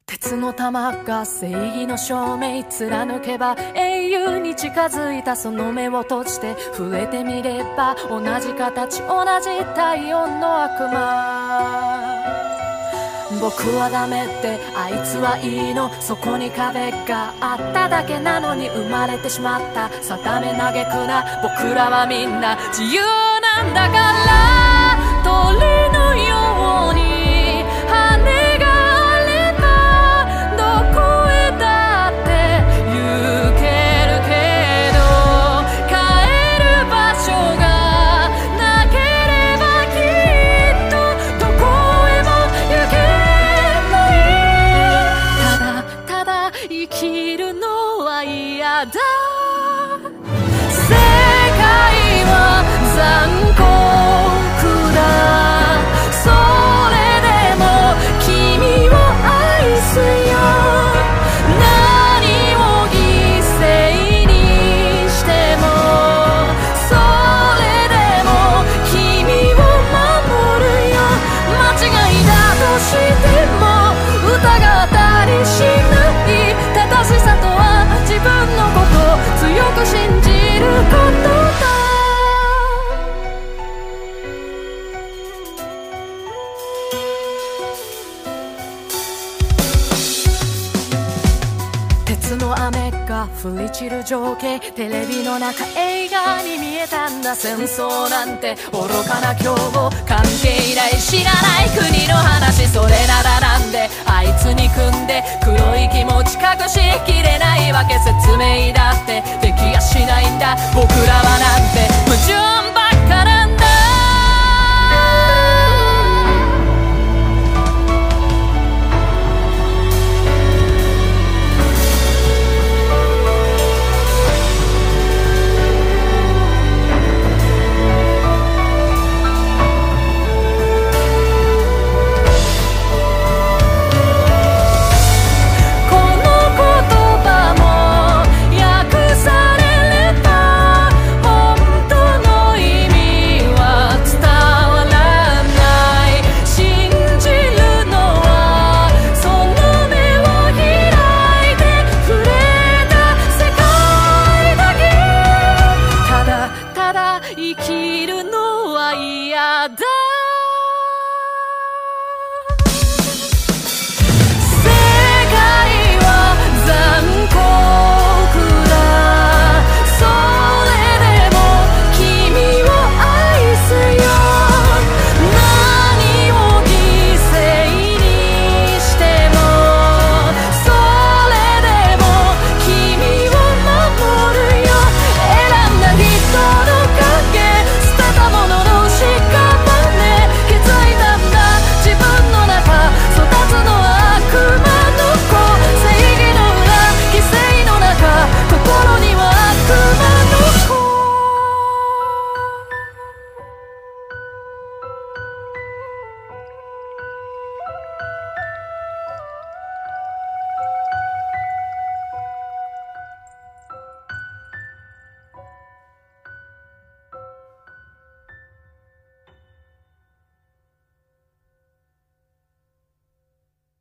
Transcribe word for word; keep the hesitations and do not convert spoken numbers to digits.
鉄の玉が正義の証明貫けば英雄に近づいた。その目を閉じて触れてみれば同じ形同じ体温の悪魔。僕はダメってあいつはいいの。そこに壁があっただけなのに生まれてしまった。定め嘆くな、僕らはみんな自由なんだから。鳥のように羽があればどこへだって行けるけど、帰る場所がなければきっとどこへも行けない。ただただ生きるのは嫌だ。世界は残酷だ。信じることだ。鉄の雨が降り散る情景、テレビの中映画に見えたんだ。戦争なんて愚かな凶暴、関係ない知らない国の話。それならなんであいつに組んで黒い気持ち隠しきれないわけ。説明だってできやしないんだ。僕らはなん